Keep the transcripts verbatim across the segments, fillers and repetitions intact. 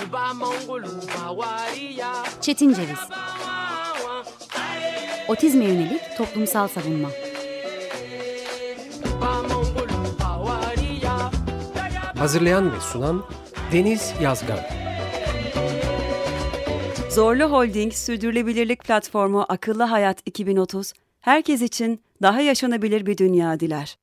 Çetin Ceviz. Otizme yönelik toplumsal savunma. Hazırlayan ve sunan Deniz Yazgan. Zorlu Holding Sürdürülebilirlik Platformu Akıllı Hayat iki bin otuz, herkes için daha yaşanabilir bir dünya diler.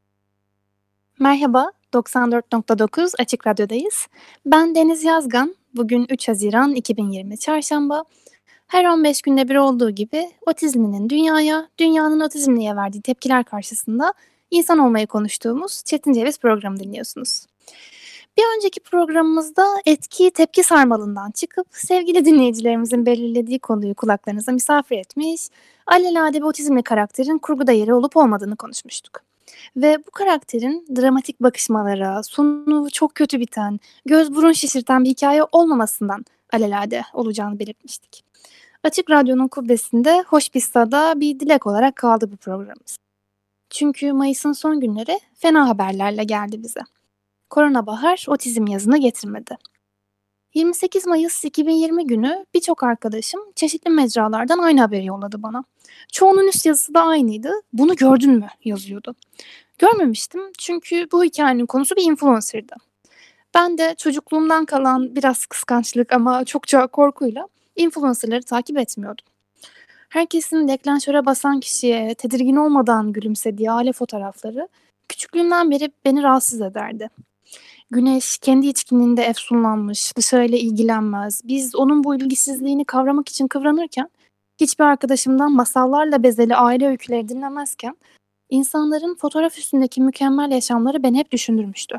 Merhaba, doksan dört nokta dokuz Açık Radyo'dayız. Ben Deniz Yazgan. Bugün üç Haziran iki bin yirmi Çarşamba. Her on beş günde bir olduğu gibi otizminin dünyaya, dünyanın otizmliğe verdiği tepkiler karşısında insan olmayı konuştuğumuz Çetin Ceviz programı dinliyorsunuz. Bir önceki programımızda etki tepki sarmalından çıkıp sevgili dinleyicilerimizin belirlediği konuyu kulaklarınıza misafir etmiş, alelade bir otizmli karakterin kurguda yeri olup olmadığını konuşmuştuk. Ve bu karakterin dramatik bakışmalara, sonu çok kötü biten, göz burun şişirten bir hikaye olmamasından alelade olacağını belirtmiştik. Açık Radyo'nun kubbesinde hoş bir sada bir dilek olarak kaldı bu programımız. Çünkü Mayıs'ın son günleri fena haberlerle geldi bize. Korona bahar otizm yazını getirmedi. yirmi sekiz Mayıs iki bin yirmi günü birçok arkadaşım çeşitli mecralardan aynı haberi yolladı bana. Çoğunun üst yazısı da aynıydı. "Bunu gördün mü?" yazıyordu. Görmemiştim çünkü bu hikayenin konusu bir influencer'dı. Ben de çocukluğumdan kalan biraz kıskançlık ama çokça korkuyla influencer'ları takip etmiyordum. Herkesin deklanşöre basan kişiye tedirgin olmadan gülümsediği aile fotoğrafları küçüklüğümden beri beni rahatsız ederdi. Güneş kendi içkinliğinde efsunlanmış, dışarıyla ilgilenmez. Biz onun bu ilgisizliğini kavramak için kıvranırken, hiçbir arkadaşımdan masallarla bezeli aile öyküleri dinlemezken, insanların fotoğraf üstündeki mükemmel yaşamları beni hep düşündürmüştü.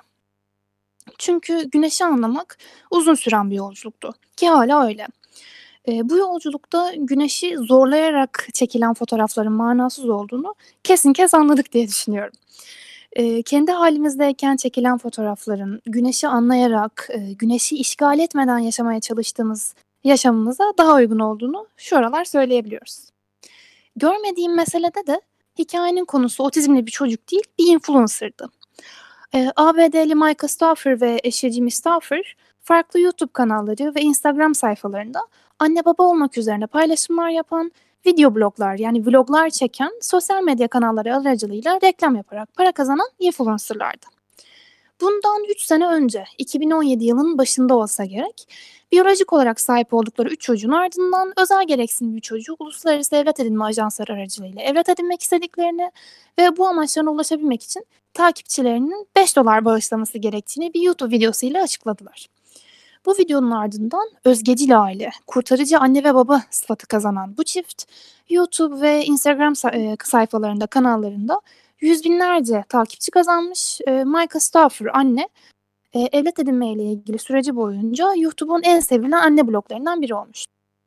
Çünkü güneşi anlamak uzun süren bir yolculuktu. Ki hala öyle. E, bu yolculukta güneşi zorlayarak çekilen fotoğrafların manasız olduğunu kesin kez anladık diye düşünüyorum. E, kendi halimizdeyken çekilen fotoğrafların güneşi anlayarak, e, güneşi işgal etmeden yaşamaya çalıştığımız yaşamımıza daha uygun olduğunu şu aralar söyleyebiliyoruz. Görmediğim meselede de hikayenin konusu otizmli bir çocuk değil, bir influencer'dı. E, A B D'li Micah Stauffer ve eşi Jimmy Stauffer farklı YouTube kanalları ve Instagram sayfalarında anne baba olmak üzerine paylaşımlar yapan, video bloglar yani vloglar çeken sosyal medya kanalları aracılığıyla reklam yaparak para kazanan influencerlardı. Bundan üç sene önce, iki bin on yedi yılının başında olsa gerek, biyolojik olarak sahip oldukları üç çocuğun ardından özel gereksinimli bir çocuğu uluslararası evlat edinme ajansları aracılığıyla evlat edinmek istediklerini ve bu amaçlarına ulaşabilmek için takipçilerinin beş dolar bağışlaması gerektiğini bir YouTube videosuyla açıkladılar. Bu videonun ardından özgecil aile, kurtarıcı anne ve baba sıfatı kazanan bu çift, YouTube ve Instagram sayfalarında, kanallarında yüz binlerce takipçi kazanmış. Micah Stauffer anne, evlat edinme ile ilgili süreci boyunca YouTube'un en sevilen anne bloglarından biri olmuş.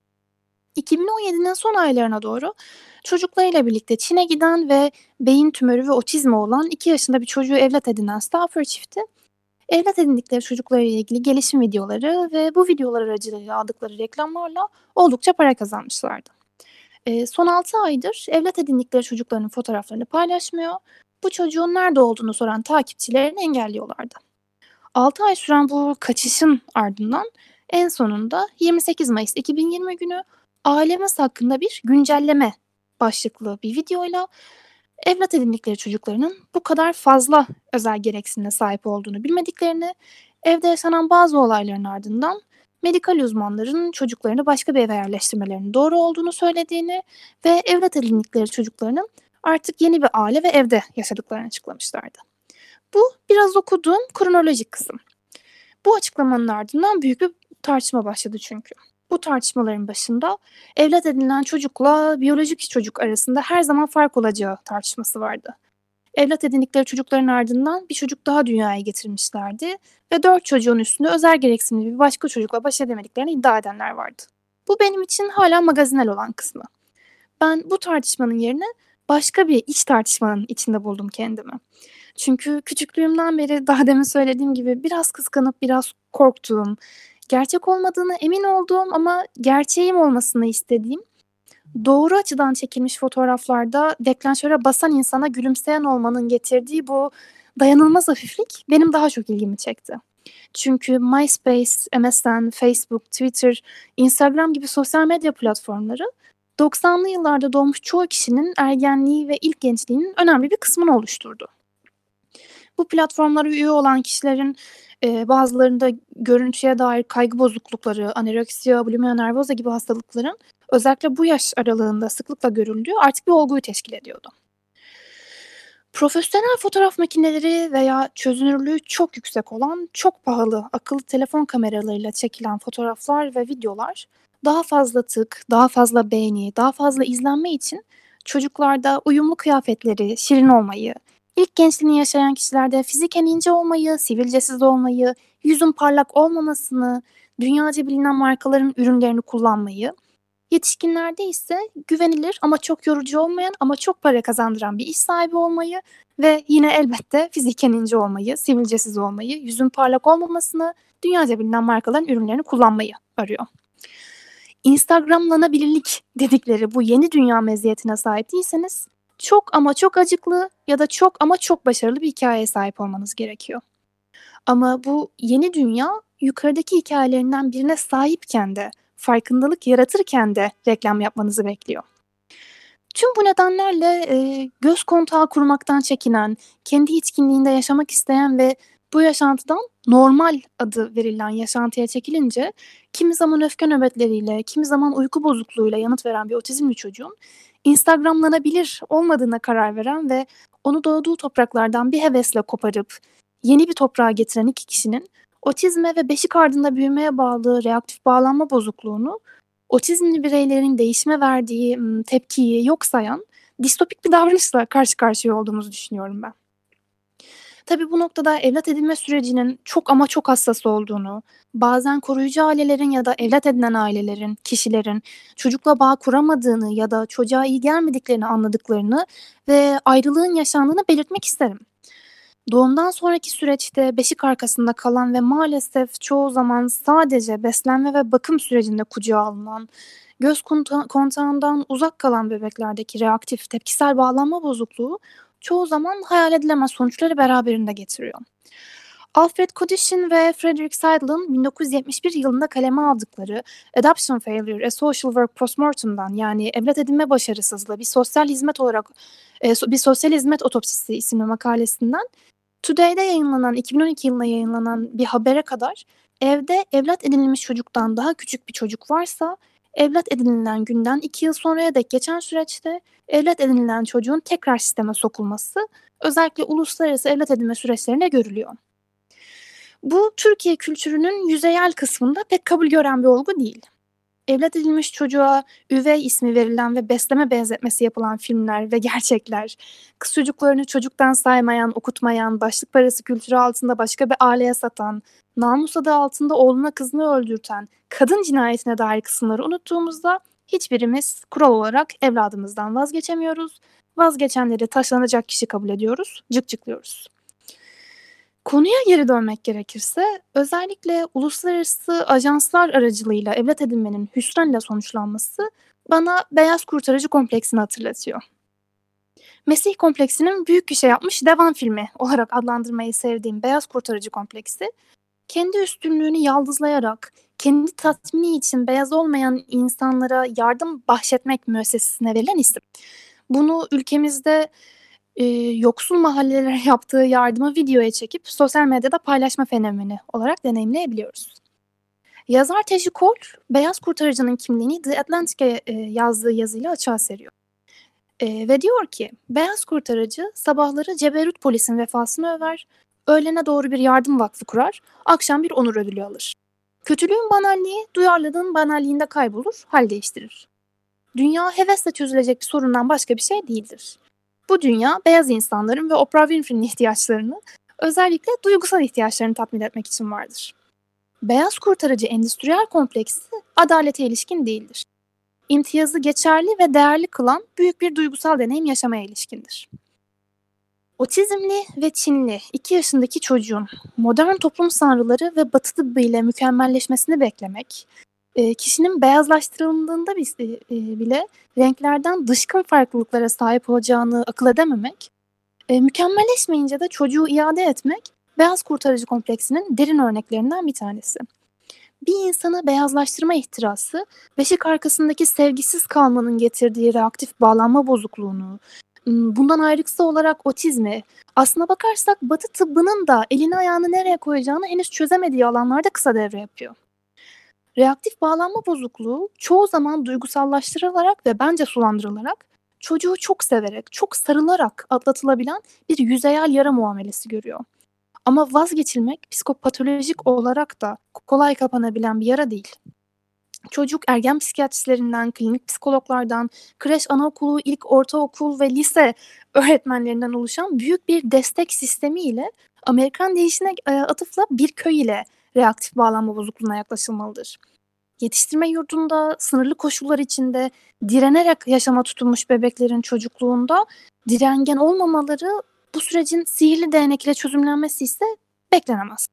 iki bin on yedinin son aylarına doğru çocuklarıyla birlikte Çin'e giden ve beyin tümörü ve otizmi olan iki yaşında bir çocuğu evlat edinen Stauffer çifti, evlat edindikleri çocuklarıyla ilgili gelişim videoları ve bu videolar aracılığıyla aldıkları reklamlarla oldukça para kazanmışlardı. E, son altı aydır evlat edindikleri çocuklarının fotoğraflarını paylaşmıyor, bu çocuğun nerede olduğunu soran takipçilerini engelliyorlardı. altı ay süren bu kaçışın ardından en sonunda yirmi sekiz Mayıs iki bin yirmi günü ailemiz hakkında bir güncelleme başlıklı bir videoyla evlat edindikleri çocuklarının bu kadar fazla özel gereksinime sahip olduğunu bilmediklerini, evde yaşanan bazı olayların ardından medikal uzmanların çocuklarını başka bir eve yerleştirmelerinin doğru olduğunu söylediğini ve evlat edindikleri çocuklarının artık yeni bir aile ve evde yaşadıklarını açıklamışlardı. Bu biraz okuduğum kronolojik kısım. Bu açıklamanın ardından büyük bir tartışma başladı çünkü. Bu tartışmaların başında evlat edinilen çocukla biyolojik çocuk arasında her zaman fark olacağı tartışması vardı. Evlat edindikleri çocukların ardından bir çocuk daha dünyaya getirmişlerdi ve dört çocuğun üstünde özel gereksinimli bir başka çocukla baş edemediklerini iddia edenler vardı. Bu benim için hala magazinel olan kısmı. Ben bu tartışmanın yerine başka bir iç tartışmanın içinde buldum kendimi. Çünkü küçüklüğümden beri daha demin söylediğim gibi biraz kıskanıp biraz korktuğum, gerçek olmadığını emin olduğum ama gerçeğim olmasını istediğim, doğru açıdan çekilmiş fotoğraflarda deklanşöre basan insana gülümseyen olmanın getirdiği bu dayanılmaz hafiflik benim daha çok ilgimi çekti. Çünkü MySpace, M S N, Facebook, Twitter, Instagram gibi sosyal medya platformları doksanlı yıllarda doğmuş çoğu kişinin ergenliği ve ilk gençliğinin önemli bir kısmını oluşturdu. Bu platformlara üye olan kişilerin e, bazılarında görüntüye dair kaygı bozuklukları, anoreksiya, bulimia nervosa gibi hastalıkların özellikle bu yaş aralığında sıklıkla görüldüğü artık bir olguyu teşkil ediyordu. Profesyonel fotoğraf makineleri veya çözünürlüğü çok yüksek olan, çok pahalı akıllı telefon kameralarıyla çekilen fotoğraflar ve videolar daha fazla tık, daha fazla beğeni, daha fazla izlenme için çocuklarda uyumlu kıyafetleri, şirin olmayı, ilk gençliğini yaşayan kişilerde fiziken ince olmayı, sivilcesiz olmayı, yüzün parlak olmamasını, dünyaca bilinen markaların ürünlerini kullanmayı, yetişkinlerde ise güvenilir ama çok yorucu olmayan ama çok para kazandıran bir iş sahibi olmayı ve yine elbette fiziken ince olmayı, sivilcesiz olmayı, yüzün parlak olmamasını, dünyaca bilinen markaların ürünlerini kullanmayı arıyor. Instagramlanabilirlik dedikleri bu yeni dünya meziyetine sahip değilseniz çok ama çok acıklı ya da çok ama çok başarılı bir hikayeye sahip olmanız gerekiyor. Ama bu yeni dünya yukarıdaki hikayelerinden birine sahipken de, farkındalık yaratırken de reklam yapmanızı bekliyor. Tüm bu nedenlerle e, göz kontağı kurmaktan çekinen, kendi içkinliğinde yaşamak isteyen ve bu yaşantıdan normal adı verilen yaşantıya çekilince kimi zaman öfke nöbetleriyle, kimi zaman uyku bozukluğuyla yanıt veren bir otizmli çocuğun Instagramlanabilir olmadığına karar veren ve onu doğduğu topraklardan bir hevesle koparıp yeni bir toprağa getiren iki kişinin otizme ve beşik ardında büyümeye bağlı reaktif bağlanma bozukluğunu otizmli bireylerin değişime verdiği m, tepkiyi yok sayan distopik bir davranışla karşı karşıya olduğumuzu düşünüyorum ben. Tabii bu noktada evlat edinme sürecinin çok ama çok hassas olduğunu, bazen koruyucu ailelerin ya da evlat edinen ailelerin, kişilerin çocukla bağ kuramadığını ya da çocuğa iyi gelmediklerini anladıklarını ve ayrılığın yaşandığını belirtmek isterim. Doğumdan sonraki süreçte beşik arkasında kalan ve maalesef çoğu zaman sadece beslenme ve bakım sürecinde kucağa alınan, göz konta- kontağından uzak kalan bebeklerdeki reaktif tepkisel bağlanma bozukluğu çoğu zaman hayal edilemez sonuçları beraberinde getiriyor. Alfred Kodishin ve Frederick Seidl'ın bin dokuz yüz yetmiş bir yılında kaleme aldıkları Adoption Failure, A Social Work Postmortem'dan, yani evlat edinme başarısızlığı bir sosyal hizmet olarak e, bir sosyal hizmet otopsisi isimli makalesinden Today'de yayınlanan, iki bin on iki yılında yayınlanan bir habere kadar evde evlat edinilmiş çocuktan daha küçük bir çocuk varsa evlat edinilen günden iki yıl sonraya dek geçen süreçte evlat edinilen çocuğun tekrar sisteme sokulması özellikle uluslararası evlat edinme süreçlerinde görülüyor. Bu Türkiye kültürünün yüzeyel kısmında pek kabul gören bir olgu değil. Evlat edilmiş çocuğa üvey ismi verilen ve besleme benzetmesi yapılan filmler ve gerçekler, kız çocuklarını çocuktan saymayan, okutmayan, başlık parası kültürü altında başka bir aileye satan, namus adı altında oğluna kızını öldürten, kadın cinayetine dair kısımları unuttuğumuzda hiçbirimiz kural olarak evladımızdan vazgeçemiyoruz. Vazgeçenleri taşlanacak kişi kabul ediyoruz, cıkcıklıyoruz. Konuya geri dönmek gerekirse, özellikle uluslararası ajanslar aracılığıyla evlat edinmenin hüsranla sonuçlanması bana beyaz kurtarıcı kompleksini hatırlatıyor. Mesih kompleksinin büyük bir şey yapmış devam filmi olarak adlandırmayı sevdiğim beyaz kurtarıcı kompleksi, kendi üstünlüğünü yaldızlayarak, kendi tatmini için beyaz olmayan insanlara yardım bahşetmek müessesesine verilen isim. Bunu ülkemizde e, yoksul mahallelere yaptığı yardımı videoya çekip sosyal medyada paylaşma fenomeni olarak deneyimleyebiliyoruz. Yazar Teji Cole, beyaz kurtarıcının kimliğini The Atlantic'e e, yazdığı yazıyla açığa seriyor. E, ve diyor ki, beyaz kurtarıcı sabahları Ceberut polisin vefasını över, öğlene doğru bir yardım vakfı kurar, akşam bir onur ödülü alır. Kötülüğün banalliği, duyarlılığın banalliğinde kaybolur, hal değiştirir. Dünya hevesle çözülecek bir sorundan başka bir şey değildir. Bu dünya beyaz insanların ve Oprah Winfrey'nin ihtiyaçlarını, özellikle duygusal ihtiyaçlarını tatmin etmek için vardır. Beyaz kurtarıcı endüstriyel kompleksi adalete ilişkin değildir. İmtiyazı geçerli ve değerli kılan büyük bir duygusal deneyim yaşamaya ilişkindir. Otizmli ve Çinli iki yaşındaki çocuğun modern toplum sanrıları ve batı tıbbıyla mükemmelleşmesini beklemek, kişinin beyazlaştırıldığında bile renklerden dışkın farklılıklara sahip olacağını akıl edememek, mükemmelleşmeyince de çocuğu iade etmek beyaz kurtarıcı kompleksinin derin örneklerinden bir tanesi. Bir insanı beyazlaştırma ihtirası, beşik arkasındaki sevgisiz kalmanın getirdiği reaktif bağlanma bozukluğunu, bundan ayrıksı olarak otizmi, aslına bakarsak Batı tıbbının da elini ayağını nereye koyacağını henüz çözemediği alanlarda kısa devre yapıyor. Reaktif bağlanma bozukluğu çoğu zaman duygusallaştırılarak ve bence sulandırılarak, çocuğu çok severek, çok sarılarak atlatılabilen bir yüzeyel yara muamelesi görüyor. Ama vazgeçilmek psikopatolojik olarak da kolay kapanabilen bir yara değil. Çocuk ergen psikiyatristlerinden, klinik psikologlardan, kreş, anaokulu, ilk ortaokul ve lise öğretmenlerinden oluşan büyük bir destek sistemiyle Amerikan deyişine atıfla bir köy ile reaktif bağlanma bozukluğuna yaklaşılmalıdır. Yetiştirme yurdunda, sınırlı koşullar içinde direnerek yaşama tutunmuş bebeklerin çocukluğunda direngen olmamaları bu sürecin sihirli değnek ile çözümlenmesi ise beklenemez.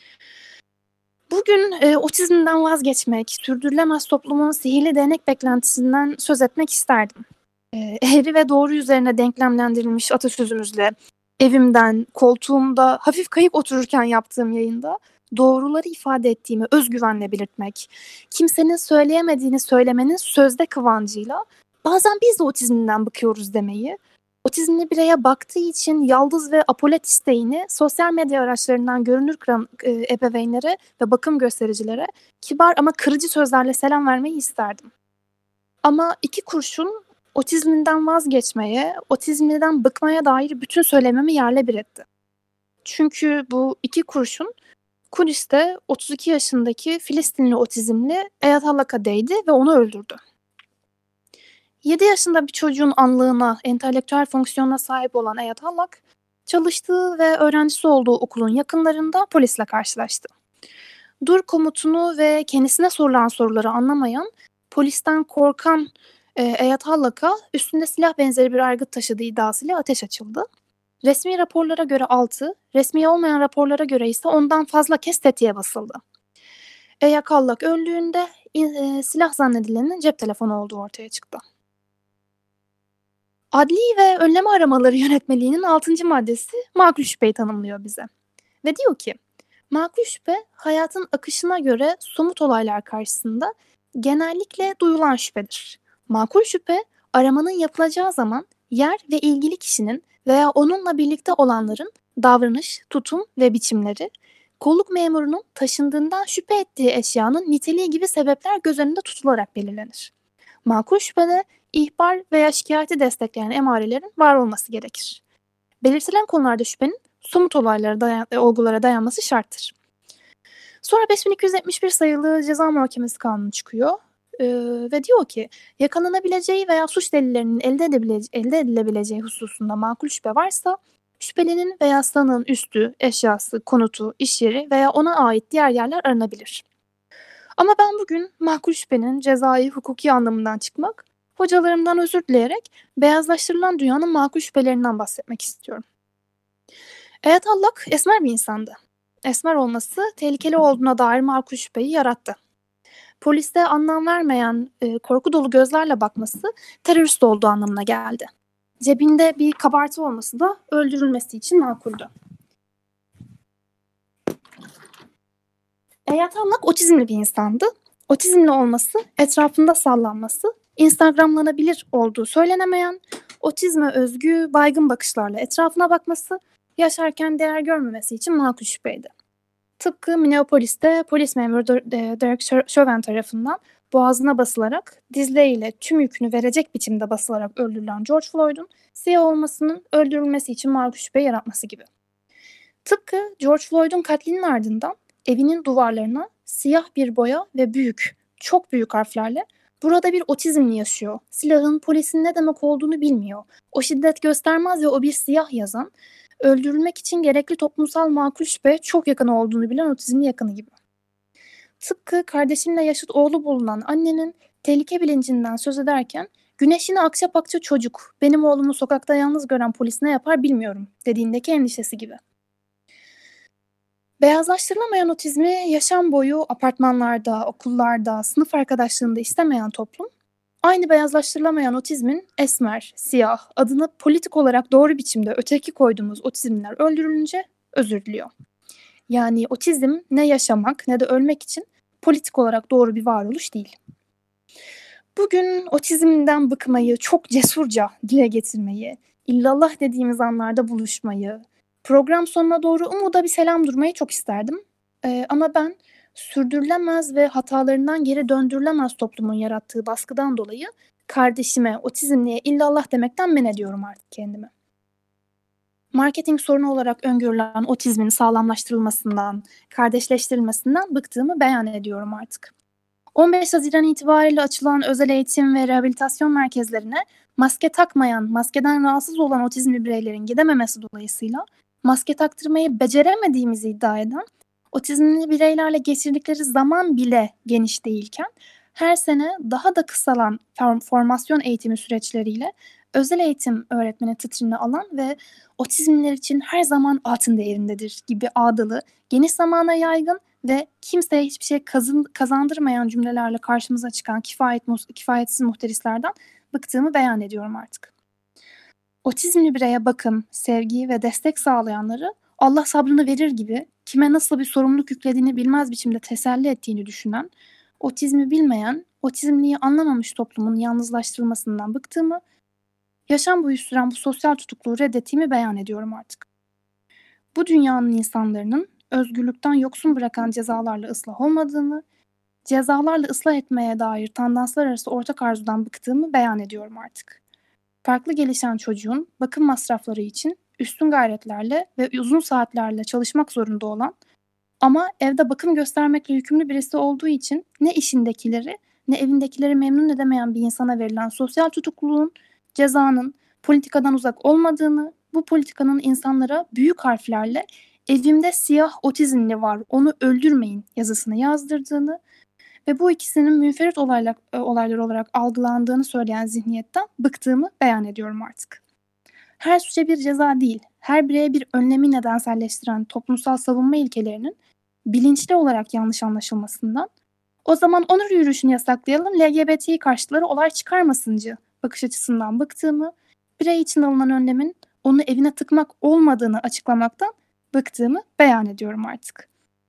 Bugün e, otizmden vazgeçmek, sürdürülemez toplumun sihirli değnek beklentisinden söz etmek isterdim. E, eğri ve doğru üzerine denklemlendirilmiş atasözümüzle evimden, koltuğumda hafif kayıp otururken yaptığım yayında doğruları ifade ettiğimi özgüvenle belirtmek, kimsenin söyleyemediğini söylemenin sözde kıvancıyla bazen biz de otizmden bıkıyoruz demeyi, otizmli bireye baktığı için yaldız ve apolet isteğini sosyal medya araçlarından görünür kıran e, ebeveynlere ve bakım göstericilere kibar ama kırıcı sözlerle selam vermeyi isterdim. Ama iki kurşun otizminden vazgeçmeye, otizmliden bıkmaya dair bütün söylememi yerle bir etti. Çünkü bu iki kurşun Kudüs'te otuz iki yaşındaki Filistinli otizmli Eyad Hallak'a değdi ve onu öldürdü. yedi yaşında bir çocuğun anlığına, entelektüel fonksiyonuna sahip olan Eyad Hallak, çalıştığı ve öğrencisi olduğu okulun yakınlarında polisle karşılaştı. Dur komutunu ve kendisine sorulan soruları anlamayan, polisten korkan e, Eyad Hallak'a üstünde silah benzeri bir aygıt taşıdığı iddiasıyla ateş açıldı. Resmi raporlara göre altı, resmi olmayan raporlara göre ise ondan fazla kez tetiğe basıldı. Eyad Hallak öldüğünde e, silah zannedilenin cep telefonu olduğu ortaya çıktı. Adli ve önleme aramaları yönetmeliğinin altıncı maddesi makul şüpheyi tanımlıyor bize. Ve diyor ki, makul şüphe hayatın akışına göre somut olaylar karşısında genellikle duyulan şüphedir. Makul şüphe aramanın yapılacağı zaman yer ve ilgili kişinin veya onunla birlikte olanların davranış, tutum ve biçimleri, kolluk memurunun taşındığından şüphe ettiği eşyanın niteliği gibi sebepler göz önünde tutularak belirlenir. Makul şüphede ihbar veya şikayeti destekleyen emarelerin var olması gerekir. Belirtilen konularda şüphenin somut olaylara dayan, e, olgulara dayanması şarttır. Sonra beş bin iki yüz yetmiş bir sayılı Ceza Muhakemesi Kanunu çıkıyor ee, ve diyor ki yakalanabileceği veya suç delillerinin elde, edibile- elde edilebileceği hususunda makul şüphe varsa şüphelinin veya sanığın üstü, eşyası, konutu, iş yeri veya ona ait diğer yerler aranabilir. Ama ben bugün makul şüphenin cezai hukuki anlamından çıkmak, hocalarımdan özür dileyerek beyazlaştırılan dünyanın makul şüphelerinden bahsetmek istiyorum. Eyad Hallak esmer bir insandı. Esmer olması tehlikeli olduğuna dair makul şüpheyi yarattı. Poliste anlam vermeyen, e, korku dolu gözlerle bakması terörist olduğu anlamına geldi. Cebinde bir kabartı olması da öldürülmesi için makuldü. Eyad Hallak otizmli bir insandı. Otizmli olması, etrafında sallanması, instagramlanabilir olduğu söylenemeyen, otizme özgü baygın bakışlarla etrafına bakması, yaşarken değer görmemesi için makul şüpheydi. Tıpkı Minneapolis'te polis memuru Derek Chauvin tarafından boğazına basılarak, dizleriyle tüm yükünü verecek biçimde basılarak öldürülen George Floyd'un siyah olmasının öldürülmesi için makul şüphe yaratması gibi. Tıpkı George Floyd'un katlinin ardından evinin duvarlarına siyah bir boya ve büyük, çok büyük harflerle "Burada bir otizmli yaşıyor. Silahın, polisin ne demek olduğunu bilmiyor. O şiddet göstermez ve o bir siyah" yazan, öldürülmek için gerekli toplumsal makul şüphe çok yakın olduğunu bilen otizmli yakını gibi. Tıpkı kardeşimle yaşıt oğlu bulunan annenin tehlike bilincinden söz ederken "Güneşini akça pakça çocuk, benim oğlumu sokakta yalnız gören polis ne yapar bilmiyorum" dediğindeki endişesi gibi. Beyazlaştırılamayan otizmi yaşam boyu apartmanlarda, okullarda, sınıf arkadaşlığında istemeyen toplum, aynı beyazlaştırılamayan otizmin esmer, siyah, adını politik olarak doğru biçimde öteki koyduğumuz otizmler öldürülünce özür diliyor. Yani otizm ne yaşamak ne de ölmek için politik olarak doğru bir varoluş değil. Bugün otizmden bıkmayı, çok cesurca dile getirmeyi, illallah dediğimiz anlarda buluşmayı, program sonuna doğru umuda bir selam durmayı çok isterdim. Ee, ama ben sürdürülemez ve hatalarından geri döndürülemez toplumun yarattığı baskıdan dolayı kardeşime, otizmliye illallah demekten men ediyorum artık kendimi. Marketing sorunu olarak öngörülen otizmin sağlamlaştırılmasından, kardeşleştirilmesinden bıktığımı beyan ediyorum artık. on beş Haziran itibariyle açılan özel eğitim ve rehabilitasyon merkezlerine maske takmayan, maskeden rahatsız olan otizmli bireylerin gidememesi dolayısıyla maske taktırmayı beceremediğimizi iddia eden, otizmli bireylerle geçirdikleri zaman bile geniş değilken, her sene daha da kısalan formasyon eğitimi süreçleriyle özel eğitim öğretmeni titrini alan ve otizmliler için her zaman altın değerindedir gibi ağdalı, geniş zamana yaygın ve kimseye hiçbir şey kazın, kazandırmayan cümlelerle karşımıza çıkan kifayet, kifayetsiz muhterislerden bıktığımı beyan ediyorum artık. Otizmli bireye bakım, sevgi ve destek sağlayanları Allah sabrını verir gibi kime nasıl bir sorumluluk yüklediğini bilmez biçimde teselli ettiğini düşünen, otizmi bilmeyen, otizmliyi anlamamış toplumun yalnızlaştırılmasından bıktığımı, yaşam boyu süren bu sosyal tutukluğu reddettiğimi beyan ediyorum artık. Bu dünyanın insanların özgürlükten yoksun bırakan cezalarla ıslah olmadığını, cezalarla ıslah etmeye dair tandanslar arası ortak arzudan bıktığımı beyan ediyorum artık. Farklı gelişen çocuğun bakım masrafları için üstün gayretlerle ve uzun saatlerle çalışmak zorunda olan ama evde bakım göstermekle yükümlü birisi olduğu için ne işindekileri ne evindekileri memnun edemeyen bir insana verilen sosyal tutukluluğun, cezanın politikadan uzak olmadığını, bu politikanın insanlara büyük harflerle "Evimde siyah otizmli var, onu öldürmeyin" yazısını yazdırdığını ve bu ikisinin münferit olaylar, olaylar olarak algılandığını söyleyen zihniyetten bıktığımı beyan ediyorum artık. Her suça bir ceza değil, her bireye bir önlemi nedenselleştiren toplumsal savunma ilkelerinin bilinçli olarak yanlış anlaşılmasından, o zaman onur yürüyüşünü yasaklayalım, L G B T karşıtları olay çıkarmasıncı bakış açısından bıktığımı, birey için alınan önlemin onu evine tıkmak olmadığını açıklamaktan bıktığımı beyan ediyorum artık.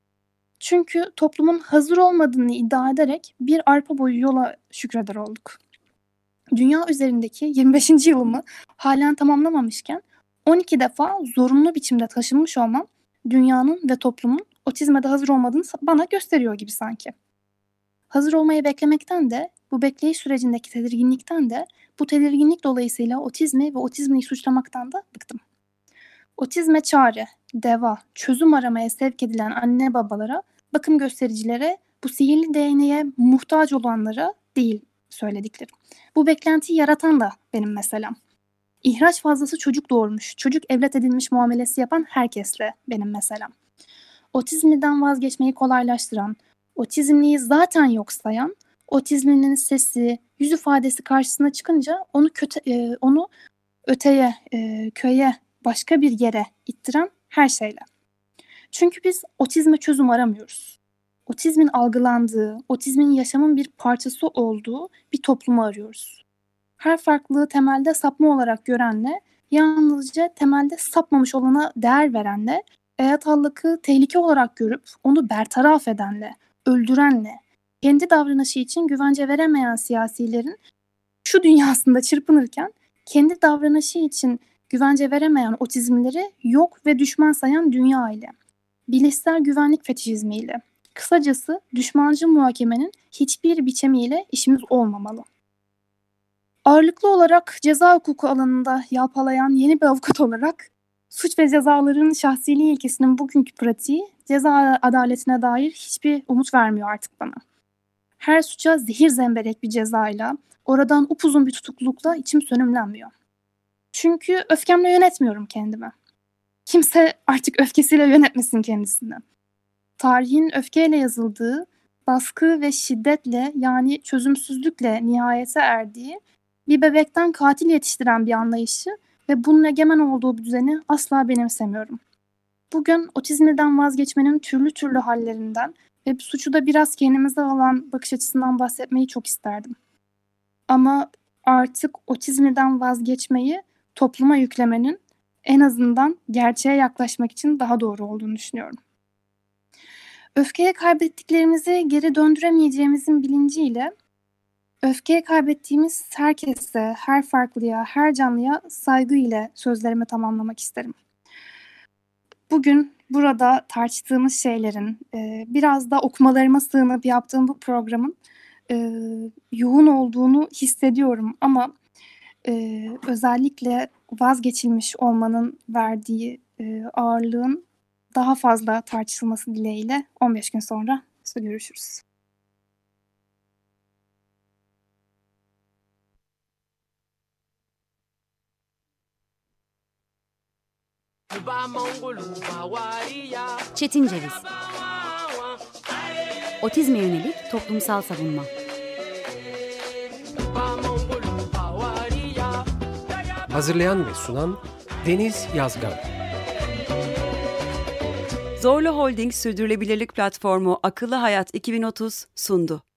Çünkü toplumun hazır olmadığını iddia ederek bir arpa boyu yola şükreder olduk. Dünya üzerindeki yirmi beşinci yılımı halen tamamlamamışken on iki defa zorunlu biçimde taşınmış olmam dünyanın ve toplumun otizme de hazır olmadığını bana gösteriyor gibi sanki. Hazır olmayı beklemekten de, bu bekleyiş sürecindeki tedirginlikten de, bu tedirginlik dolayısıyla otizmi ve otizmliyi suçlamaktan da bıktım. Otizme çare, deva, çözüm aramaya sevk edilen anne babalara, bakım göstericilere, bu sihirli değneğe muhtaç olanlara değil söylediklerim. Bu beklentiyi yaratan da benim meselem. İhraç fazlası çocuk doğurmuş, çocuk evlat edinmiş muamelesi yapan herkesle benim meselem. Otizmden vazgeçmeyi kolaylaştıran, otizmliyi zaten yok sayan, otizmlinin sesi, yüz ifadesi karşısına çıkınca onu köte, e, onu öteye, e, köye, başka bir yere ittiren her şeyle. Çünkü biz otizme çözüm aramıyoruz. Otizmin algılandığı, otizmin yaşamın bir parçası olduğu bir toplumu arıyoruz. Her farklılığı temelde sapma olarak görenle, yalnızca temelde sapmamış olana değer verenle, eyatallıkı tehlike olarak görüp onu bertaraf edenle, öldürenle, kendi davranışı için güvence veremeyen siyasilerin şu dünyasında çırpınırken, kendi davranışı için güvence veremeyen otizmleri yok ve düşman sayan dünya ile, bilişsel güvenlik fetişizmiyle, kısacası düşmancı muhakemenin hiçbir biçimiyle işimiz olmamalı. Ağırlıklı olarak ceza hukuku alanında yalpalayan yeni bir avukat olarak, suç ve cezaların şahsiliği ilkesinin bugünkü pratiği ceza adaletine dair hiçbir umut vermiyor artık bana. Her suça zehir zemberek bir cezayla, oradan upuzun bir tutuklulukla içim sönümlenmiyor. Çünkü öfkemle yönetmiyorum kendimi. Kimse artık öfkesiyle yönetmesin kendisini. Tarihin öfkeyle yazıldığı, baskı ve şiddetle yani çözümsüzlükle nihayete erdiği, bir bebekten katil yetiştiren bir anlayışı ve bunun egemen olduğu bir düzeni asla benimsemiyorum. Bugün otizmden vazgeçmenin türlü türlü hallerinden ve suçu da biraz kendimize alan bakış açısından bahsetmeyi çok isterdim. Ama artık otizmden vazgeçmeyi topluma yüklemenin en azından gerçeğe yaklaşmak için daha doğru olduğunu düşünüyorum. Öfkeye kaybettiklerimizi geri döndüremeyeceğimizin bilinciyle öfkeye kaybettiğimiz herkese, her farklıya, her canlıya saygı ile sözlerimi tamamlamak isterim. Bugün burada tartıştığımız şeylerin, e, biraz da okumalarıma sığınıp yaptığım bu programın e, yoğun olduğunu hissediyorum. Ama e, özellikle vazgeçilmiş olmanın verdiği e, ağırlığın daha fazla tartışılması dileğiyle on beş gün sonra görüşürüz. Çetin Ceviz. Otizme yönelik toplumsal savunma. Hazırlayan ve sunan Deniz Yazgan. Zorlu Holding Sürdürülebilirlik Platformu Akıllı Hayat iki bin otuz sundu.